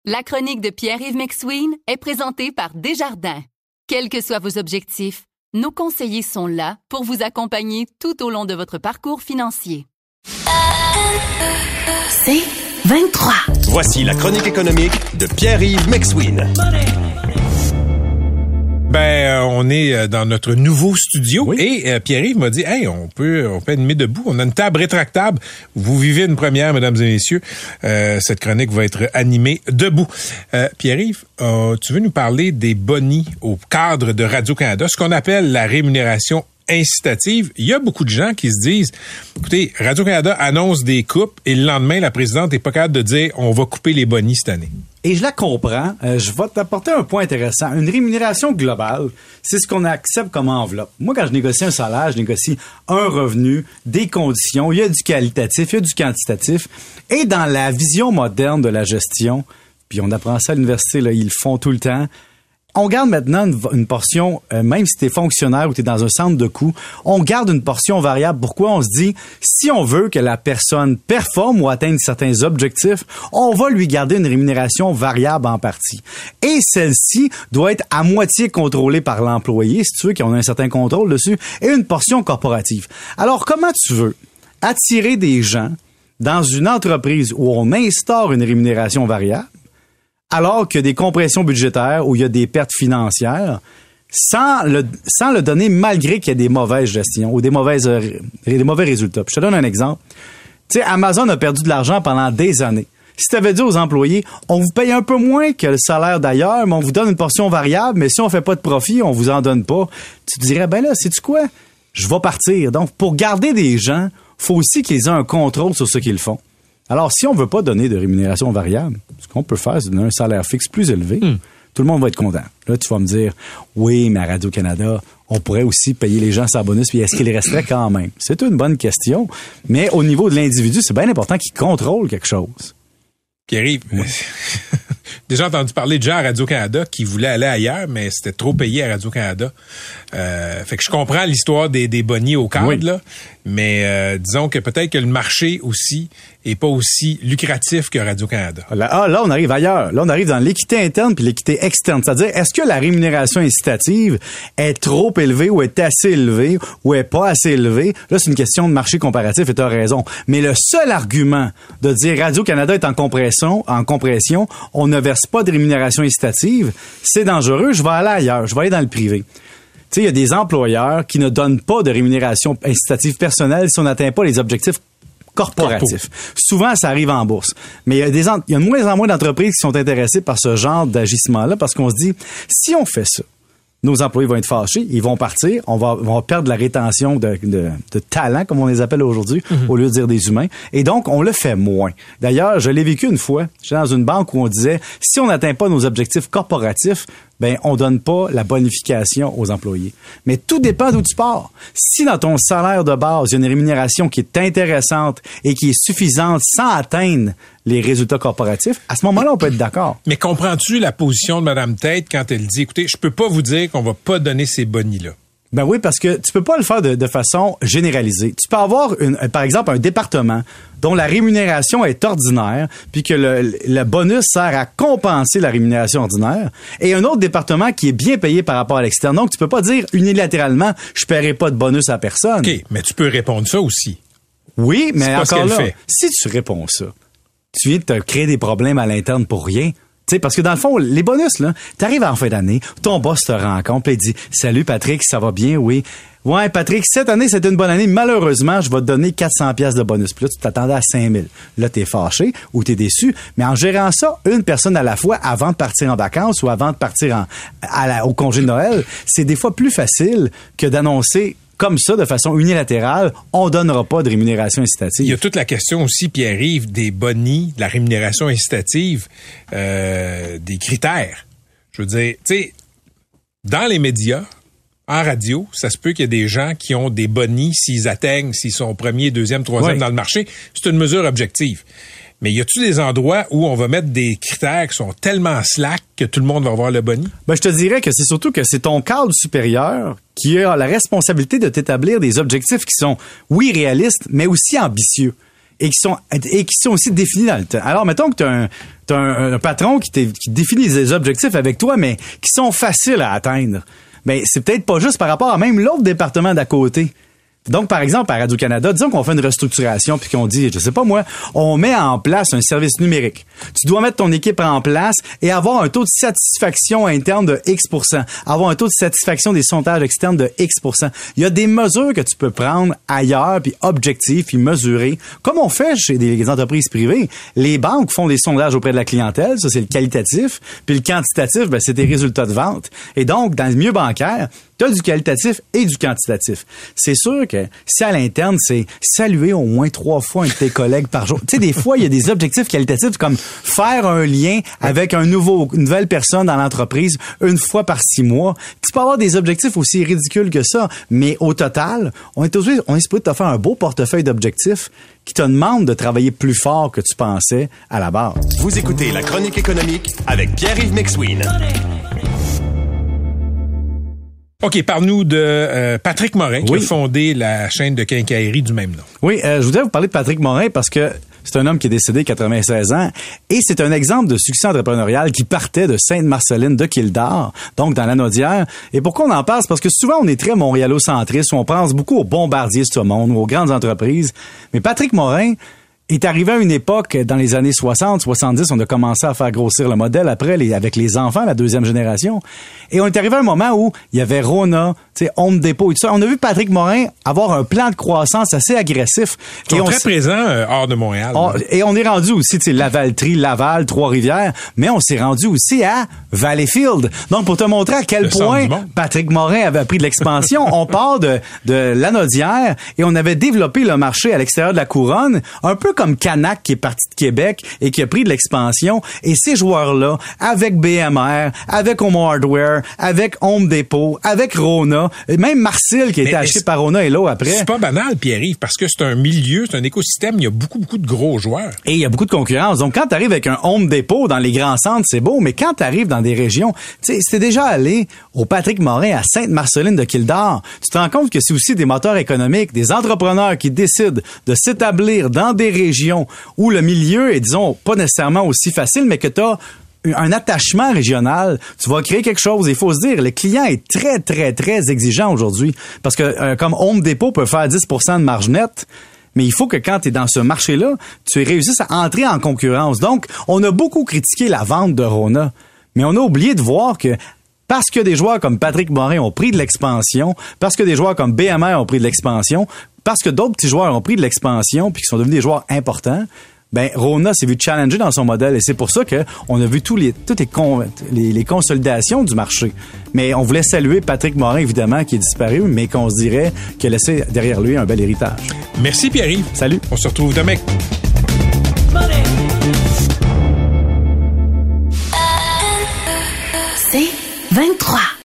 La chronique de Pierre-Yves McSween est présentée par Desjardins. Quels que soient vos objectifs, nos conseillers sont là pour vous accompagner tout au long de votre parcours financier. C'est 23. Voici la chronique économique de Pierre-Yves McSween. On est dans notre nouveau studio et Pierre-Yves m'a dit, hey, on peut animer debout. On a une table rétractable. Vous vivez une première, mesdames et messieurs. Cette chronique va être animée debout. Pierre-Yves, tu veux nous parler des bonis au cadre de Radio-Canada, ce qu'on appelle la rémunération incitative. Il y a beaucoup de gens qui se disent, écoutez, Radio-Canada annonce des coupes et le lendemain, la présidente n'est pas capable de dire, on va couper les bonis cette année. Et je la comprends. Je vais t'apporter un point intéressant. Une rémunération globale, c'est ce qu'on accepte comme enveloppe. Moi, quand je négocie un salaire, je négocie un revenu, des conditions. Il y a du qualitatif, il y a du quantitatif. Et dans la vision moderne de la gestion, puis on apprend ça à l'université, là, ils le font tout le temps, on garde maintenant une portion, même si t'es fonctionnaire ou t'es dans un centre de coûts, on garde une portion variable. Pourquoi? On se dit, si on veut que la personne performe ou atteigne certains objectifs, on va lui garder une rémunération variable en partie. Et celle-ci doit être à moitié contrôlée par l'employé, si tu veux, qu'on a un certain contrôle dessus, et une portion corporative. Alors, comment tu veux attirer des gens dans une entreprise où on instaure une rémunération variable, alors qu'il y a des compressions budgétaires, où il y a des pertes financières, sans le donner malgré qu'il y ait des mauvaises gestions ou des mauvais résultats. Puis je te donne un exemple. Tu sais, Amazon a perdu de l'argent pendant des années. Si tu avais dit aux employés, on vous paye un peu moins que le salaire d'ailleurs, mais on vous donne une portion variable, mais si on fait pas de profit, on vous en donne pas, tu te dirais, ben là, sais-tu quoi? Je vais partir. Donc, pour garder des gens, faut aussi qu'ils aient un contrôle sur ce qu'ils font. Alors, si on veut pas donner de rémunération variable, ce qu'on peut faire, c'est donner un salaire fixe plus élevé. Tout le monde va être content. Là, tu vas me dire, oui, mais à Radio-Canada, on pourrait aussi payer les gens sans bonus, puis est-ce qu'il resterait quand même? C'est une bonne question, mais au niveau de l'individu, c'est bien important qu'il contrôle quelque chose. Pierre-Yves, déjà entendu parler de gens à Radio-Canada qui voulaient aller ailleurs, mais c'était trop payé à Radio-Canada. Fait que je comprends l'histoire des bonnets au cadre, là, mais disons que peut-être que le marché aussi est pas aussi lucratif que Radio-Canada. Là, on arrive ailleurs. Là, on arrive dans l'équité interne puis l'équité externe. C'est-à-dire, est-ce que la rémunération incitative est trop élevée ou est assez élevée ou est pas assez élevée? Là, c'est une question de marché comparatif et tu as raison. Mais le seul argument de dire Radio-Canada est en compression, on ne verse pas de rémunération incitative, c'est dangereux, je vais aller ailleurs, je vais aller dans le privé. Tu sais, il y a des employeurs qui ne donnent pas de rémunération incitative personnelle si on n'atteint pas les objectifs corporatifs. Souvent, ça arrive en bourse. Mais il y a de moins en moins d'entreprises qui sont intéressées par ce genre d'agissement-là parce qu'on se dit, si on fait ça, nos employés vont être fâchés, ils vont partir, on va perdre la rétention de talent, comme on les appelle aujourd'hui, au lieu de dire des humains. Et donc, on le fait moins. D'ailleurs, je l'ai vécu une fois. J'étais dans une banque où on disait, si on n'atteint pas nos objectifs corporatifs, ben, on donne pas la bonification aux employés. Mais tout dépend d'où tu pars. Si dans ton salaire de base, il y a une rémunération qui est intéressante et qui est suffisante sans atteindre les résultats corporatifs, à ce moment-là, on peut être d'accord. Mais comprends-tu la position de Mme Tate quand elle dit, écoutez, je peux pas vous dire qu'on va pas donner ces bonis-là? Ben oui, parce que tu peux pas le faire de façon généralisée. Tu peux avoir par exemple un département dont la rémunération est ordinaire, puis que le bonus sert à compenser la rémunération ordinaire, et un autre département qui est bien payé par rapport à l'externe. Donc, tu peux pas dire unilatéralement, je paierai pas de bonus à personne. OK, mais tu peux répondre ça aussi. Oui, mais encore là, fait. si tu réponds ça, tu viens de te créer des problèmes à l'interne pour rien. Tu sais, parce que dans le fond, les bonus, là, t'arrives en fin d'année, ton boss te rencontre et il dit « Salut Patrick, ça va bien? Oui. » « Ouais, Patrick, cette année, c'était une bonne année. Malheureusement, je vais te donner 400 pièces de bonus. Puis là, tu t'attendais à 5000. Là, t'es fâché ou t'es déçu. Mais en gérant ça, une personne à la fois, avant de partir en vacances ou avant de partir au congé de Noël, c'est des fois plus facile que d'annoncer comme ça, de façon unilatérale, on donnera pas de rémunération incitative. Il y a toute la question aussi, Pierre-Yves, des bonis, de la rémunération incitative, des critères. Je veux dire, tu sais, dans les médias, en radio, ça se peut qu'il y ait des gens qui ont des bonis s'ils sont premier, deuxième, troisième dans le marché. C'est une mesure objective. Mais y a-tu des endroits où on va mettre des critères qui sont tellement slack que tout le monde va avoir le boni? Ben, je te dirais que c'est surtout que c'est ton cadre supérieur qui a la responsabilité de t'établir des objectifs qui sont, oui, réalistes, mais aussi ambitieux. Et qui sont aussi définis dans le temps. Alors, mettons que t'as un patron qui définit des objectifs avec toi, mais qui sont faciles à atteindre. Ben, c'est peut-être pas juste par rapport à même l'autre département d'à côté. Donc, par exemple, à Radio-Canada, disons qu'on fait une restructuration puis qu'on dit, je sais pas moi, on met en place un service numérique. Tu dois mettre ton équipe en place et avoir un taux de satisfaction interne de X%, avoir un taux de satisfaction des sondages externes de X%. Il y a des mesures que tu peux prendre ailleurs puis objectifs puis mesurer, comme on fait chez des entreprises privées. Les banques font des sondages auprès de la clientèle, ça c'est le qualitatif, puis le quantitatif, ben c'est tes résultats de vente. Et donc, dans le milieu bancaire, tu as du qualitatif et du quantitatif. C'est sûr que si à l'interne, c'est saluer au moins 3 fois un de tes collègues par jour. Tu sais, des fois, il y a des objectifs qualitatifs comme faire un lien avec une nouvelle personne dans l'entreprise 1 fois par 6 mois. Tu peux avoir des objectifs aussi ridicules que ça, mais au total, on est supposé te faire un beau portefeuille d'objectifs qui te demande de travailler plus fort que tu pensais à la base. Vous écoutez La Chronique économique avec Pierre-Yves McSween. OK, parle-nous de Patrick Morin, qui a fondé la chaîne de quincaillerie du même nom. Oui, je voudrais vous parler de Patrick Morin parce que c'est un homme qui est décédé à 96 ans et c'est un exemple de succès entrepreneurial qui partait de Sainte-Marceline de Kildare, donc dans la Naudière. Et pourquoi on en parle? C'est parce que souvent on est très montréalocentriste, on pense beaucoup aux bombardiers de ce monde, aux grandes entreprises. Mais Patrick Morin est arrivé à une époque, dans les années 60, 70, on a commencé à faire grossir le modèle après, avec les enfants, la deuxième génération. Et on est arrivé à un moment où il y avait Rona, Home Depot et tout ça. On a vu Patrick Morin avoir un plan de croissance assez agressif. Ils sont très présents hors de Montréal. Et on est rendu aussi, Lavaltrie, Laval, Trois-Rivières, mais on s'est rendu aussi à Valleyfield. Donc, pour te montrer à quel point Patrick Morin avait pris de l'expansion, on part de Lanaudière et on avait développé le marché à l'extérieur de la couronne, un peu comme Canac qui est parti de Québec et qui a pris de l'expansion. Et ces joueurs-là, avec BMR, avec Home Hardware, avec Home Depot, avec Rona, et même Marcel qui a été acheté par Rona et là après. C'est pas banal, Pierre-Yves, parce que c'est un milieu, c'est un écosystème, il y a beaucoup de gros joueurs. Et il y a beaucoup de concurrence. Donc, quand tu arrives avec un Home Depot dans les grands centres, c'est beau, mais quand tu arrives dans des régions, tu sais, c'était déjà allé au Patrick Morin à Sainte-Marceline de Kildare, tu te rends compte que c'est aussi des moteurs économiques, des entrepreneurs qui décident de s'établir dans des régions où le milieu est, disons, pas nécessairement aussi facile, mais que tu as un attachement régional, tu vas créer quelque chose. Il faut se dire, le client est très, très, très exigeant aujourd'hui. Parce que comme Home Depot peut faire 10% de marge nette, mais il faut que quand tu es dans ce marché-là, tu réussisses à entrer en concurrence. Donc, on a beaucoup critiqué la vente de Rona, mais on a oublié de voir que parce que des joueurs comme Patrick Morin ont pris de l'expansion, parce que des joueurs comme BMR ont pris de l'expansion, parce que d'autres petits joueurs ont pris de l'expansion puis qui sont devenus des joueurs importants, ben Rona s'est vu challenger dans son modèle et c'est pour ça que on a vu toutes les consolidations du marché. Mais on voulait saluer Patrick Morin évidemment qui est disparu, mais qu'on se dirait qu'il a laissé derrière lui un bel héritage. Merci Pierre-Yves. Salut. On se retrouve demain. C'est 23.